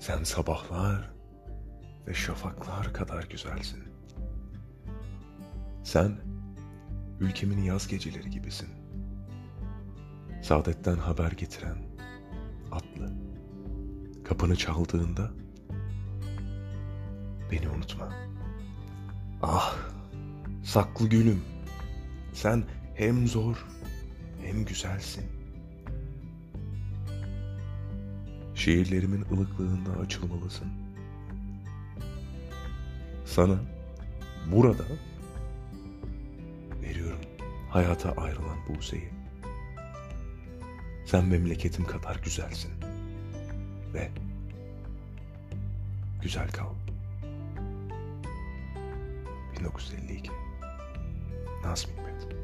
Sen sabahlar ve şafaklar kadar güzelsin. Sen ülkemin yaz geceleri gibisin. Saadetten haber getiren atlı. Kapını çaldığında beni unutma. Ah, saklı gülüm. Sen hem zor hem güzelsin. Şiirlerimin ılıklığında açılmalısın. Sana burada veriyorum hayata ayrılan buseyi. Sen memleketim kadar güzelsin. Ve güzel kal. 1952 Nazım Hikmet.